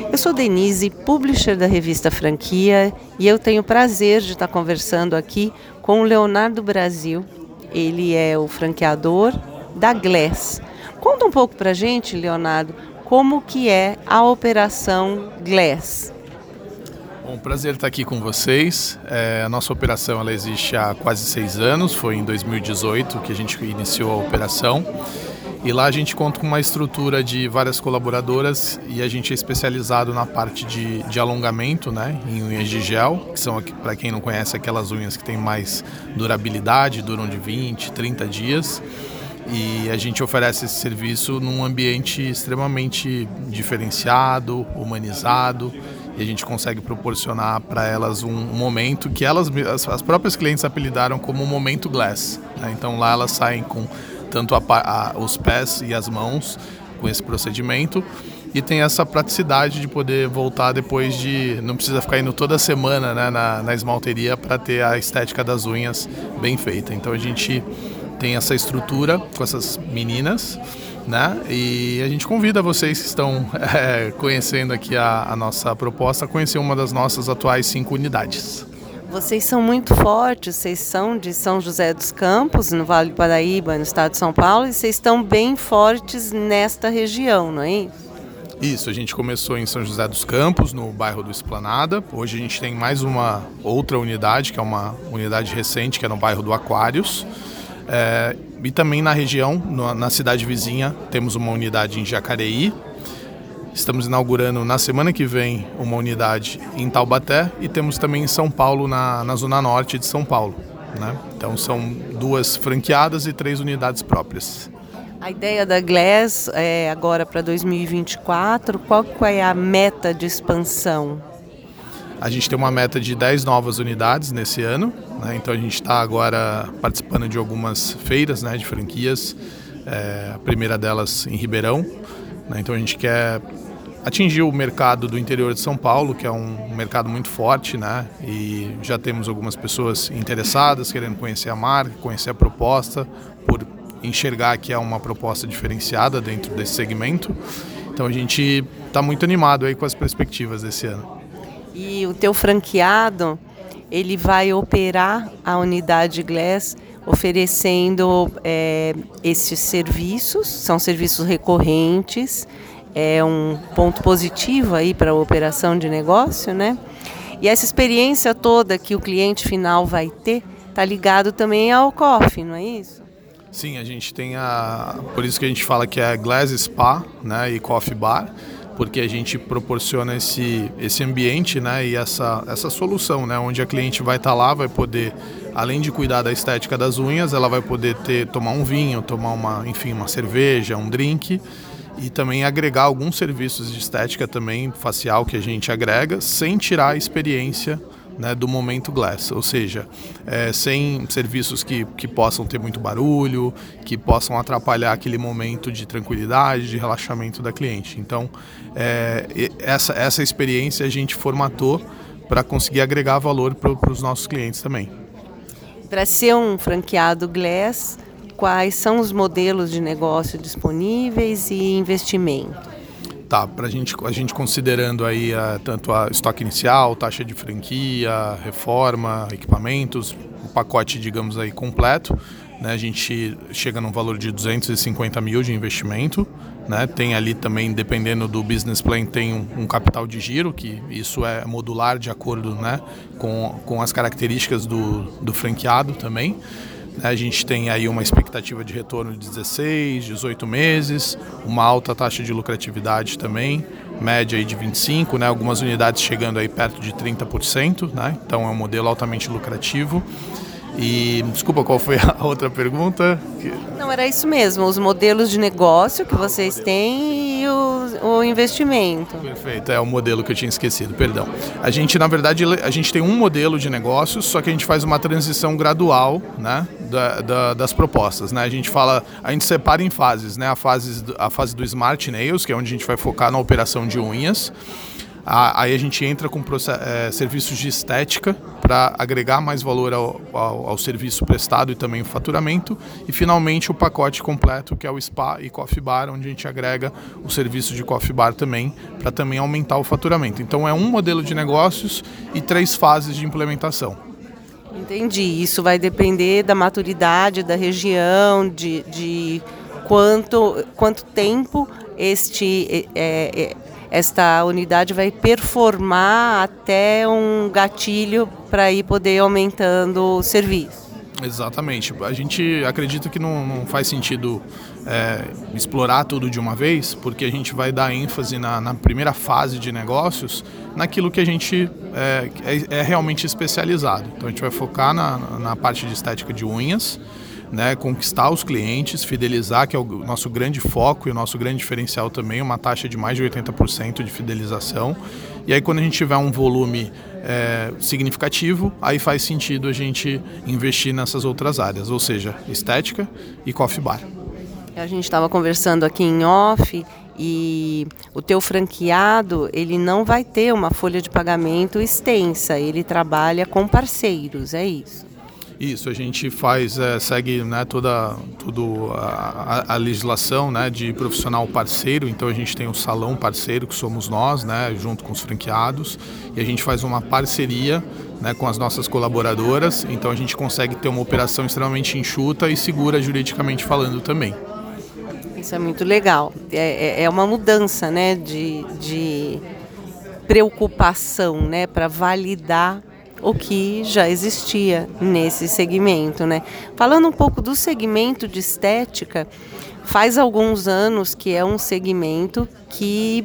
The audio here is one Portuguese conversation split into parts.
Eu sou Denise, publisher da revista Franquia, e eu tenho o prazer de estar conversando aqui com o Leonardo Brasil. Ele é o franqueador da Glass. Conta um pouco pra gente, Leonardo, como que é a operação Glass. Bom, prazer estar aqui com vocês. A nossa operação ela existe há quase 6 anos, foi em 2018 que a gente iniciou a operação. E lá a gente conta com uma estrutura de várias colaboradoras e a gente é especializado na parte de alongamento, né, em unhas de gel, que são, para quem não conhece, aquelas unhas que têm mais durabilidade, duram de 20, 30 dias. E a gente oferece esse serviço num ambiente extremamente diferenciado, humanizado, e a gente consegue proporcionar para elas um momento que as próprias clientes apelidaram como o momento Glass, né? Então lá elas saem com tanto os pés e as mãos com esse procedimento e tem essa praticidade de poder voltar depois não precisa ficar indo toda semana, né, na esmalteria para ter a estética das unhas bem feita. Então a gente tem essa estrutura com essas meninas, né? E a gente convida vocês que estão conhecendo aqui a nossa proposta a conhecer uma das nossas atuais 5 unidades. Vocês são muito fortes, vocês são de São José dos Campos, no Vale do Paraíba, no estado de São Paulo, e vocês estão bem fortes nesta região, não é isso? Isso, a gente começou em São José dos Campos, no bairro do Esplanada. Hoje a gente tem mais uma outra unidade, que é uma unidade recente, que é no bairro do Aquários. E também na região, na cidade vizinha, temos uma unidade em Jacareí. Estamos inaugurando na semana que vem uma unidade em Taubaté e temos também em São Paulo, na zona norte de São Paulo, né? Então são 2 franqueadas e 3 unidades próprias. A ideia da Glass é agora para 2024, qual é a meta de expansão? A gente tem uma meta de 10 novas unidades nesse ano, né? Então a gente está agora participando de algumas feiras, né, de franquias, a primeira delas em Ribeirão, né? Então a gente quer atingir o mercado do interior de São Paulo, que é um mercado muito forte, né? E já temos algumas pessoas interessadas, querendo conhecer a marca, conhecer a proposta, por enxergar que é uma proposta diferenciada dentro desse segmento. Então a gente está muito animado aí com as perspectivas desse ano. E o teu franqueado, ele vai operar a unidade Glass oferecendo esses serviços, são serviços recorrentes, é um ponto positivo aí para a operação de negócio, né? E essa experiência toda que o cliente final vai ter, está ligado também ao coffee, não é isso? Sim, a gente tem por isso que a gente fala que é Glass Spa, né, e Coffee Bar, porque a gente proporciona esse ambiente, né, e essa solução, né, onde a cliente vai estar lá, vai poder, além de cuidar da estética das unhas, ela vai poder tomar um vinho, tomar uma cerveja, um drink, e também agregar alguns serviços de estética também facial que a gente agrega, sem tirar a experiência, né, do momento Glass, ou seja, sem serviços que possam ter muito barulho, que possam atrapalhar aquele momento de tranquilidade, de relaxamento da cliente. Então, essa experiência a gente formatou para conseguir agregar valor para os nossos clientes também. Para ser um franqueado Glass, quais são os modelos de negócio disponíveis e investimento? Tá, a gente considerando aí tanto a estoque inicial, taxa de franquia, reforma, equipamentos, o pacote, digamos aí, completo, né? A gente chega num valor de 250 mil de investimento, né? Tem ali também, dependendo do business plan, tem um capital de giro, que isso é modular de acordo, né, com as características do franqueado também. A gente tem aí uma expectativa de retorno de 16, 18 meses, uma alta taxa de lucratividade também, média aí de 25%, né? Algumas unidades chegando aí perto de 30%, né? Então é um modelo altamente lucrativo. E desculpa, qual foi a outra pergunta? Não, era isso mesmo, os modelos de negócio que vocês têm e o investimento. Perfeito, é o modelo que eu tinha esquecido, perdão. A gente, na verdade, a gente tem um modelo de negócios, só que a gente faz uma transição gradual, né, das propostas, né? A gente separa em fases, né? A fase do Smart Nails, que é onde a gente vai focar na operação de unhas. Aí a gente entra com serviços de estética para agregar mais valor ao serviço prestado e também o faturamento. E finalmente o pacote completo, que é o spa e coffee bar, onde a gente agrega o serviço de coffee bar também, para também aumentar o faturamento. Então é um modelo de negócios e 3 fases de implementação. Entendi. Isso vai depender da maturidade da região, de quanto tempo esta unidade vai performar até um gatilho para ir poder aumentando o serviço. Exatamente. A gente acredita que não faz sentido explorar tudo de uma vez, porque a gente vai dar ênfase na primeira fase de negócios naquilo que a gente é realmente especializado. Então a gente vai focar na parte de estética de unhas, né, conquistar os clientes, fidelizar, que é o nosso grande foco e o nosso grande diferencial também, uma taxa de mais de 80% de fidelização. E aí quando a gente tiver um volume significativo, aí faz sentido a gente investir nessas outras áreas, ou seja, estética e coffee bar. A gente estava conversando aqui em off e o teu franqueado, ele não vai ter uma folha de pagamento extensa, ele trabalha com parceiros, é isso? Isso, a gente segue, né, toda a legislação, né, de profissional parceiro. Então a gente tem o salão parceiro, que somos nós, né, junto com os franqueados, e a gente faz uma parceria, né, com as nossas colaboradoras. Então a gente consegue ter uma operação extremamente enxuta e segura juridicamente falando também. Isso é muito legal. É uma mudança, né, de preocupação, né, para validar o que já existia nesse segmento, né? Falando um pouco do segmento de estética, faz alguns anos que é um segmento que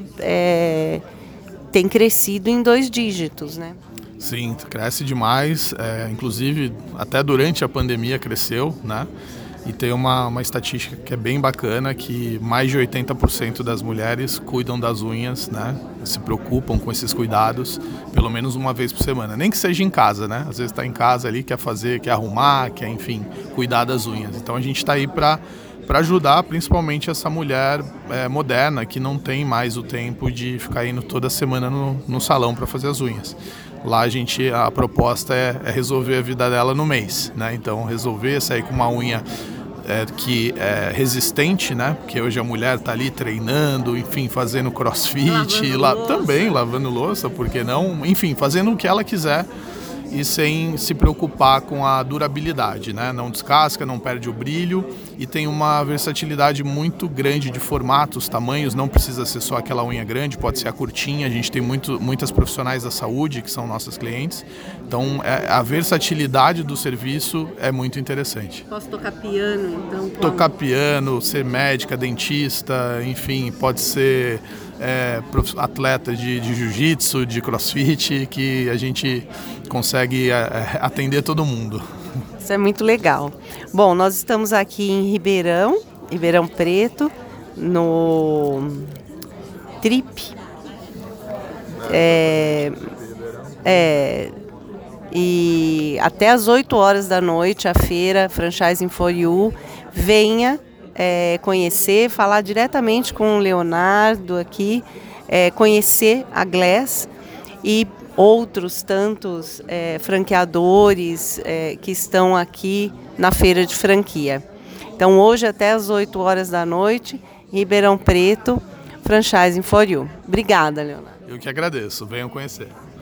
tem crescido em 2 dígitos, né? Sim, cresce demais, inclusive até durante a pandemia cresceu, né? E tem uma estatística que é bem bacana, que mais de 80% das mulheres cuidam das unhas, né? Se preocupam com esses cuidados pelo menos uma vez por semana. Nem que seja em casa, né? Às vezes está em casa ali, quer fazer, quer arrumar, quer, enfim, cuidar das unhas. Então a gente está aí para ajudar principalmente essa mulher moderna, que não tem mais o tempo de ficar indo toda semana no salão para fazer as unhas. Lá a proposta é resolver a vida dela no mês, né? Então resolver sair com uma unha que é resistente, né? Porque hoje a mulher está ali treinando, enfim, fazendo crossfit, também lavando louça, por que não? Enfim, fazendo o que ela quiser e sem se preocupar com a durabilidade, né? Não descasca, não perde o brilho e tem uma versatilidade muito grande de formatos, tamanhos, não precisa ser só aquela unha grande, pode ser a curtinha. A gente tem muitas profissionais da saúde que são nossas clientes, então a versatilidade do serviço é muito interessante. Posso tocar piano, então? Tocar piano, ser médica, dentista, enfim, pode ser atleta de jiu-jitsu, de crossfit, que a gente consegue atender todo mundo. Isso é muito legal. Bom, nós estamos aqui em Ribeirão Preto, no Trip. E até às 8 horas da noite, a feira Franchising for You. Venha conhecer, falar diretamente com o Leonardo aqui, conhecer a Glass e outros tantos franqueadores que estão aqui na feira de franquia. Então hoje até às 8 horas da noite, Ribeirão Preto, Franchising for You. Obrigada, Leonardo. Eu que agradeço, venham conhecer.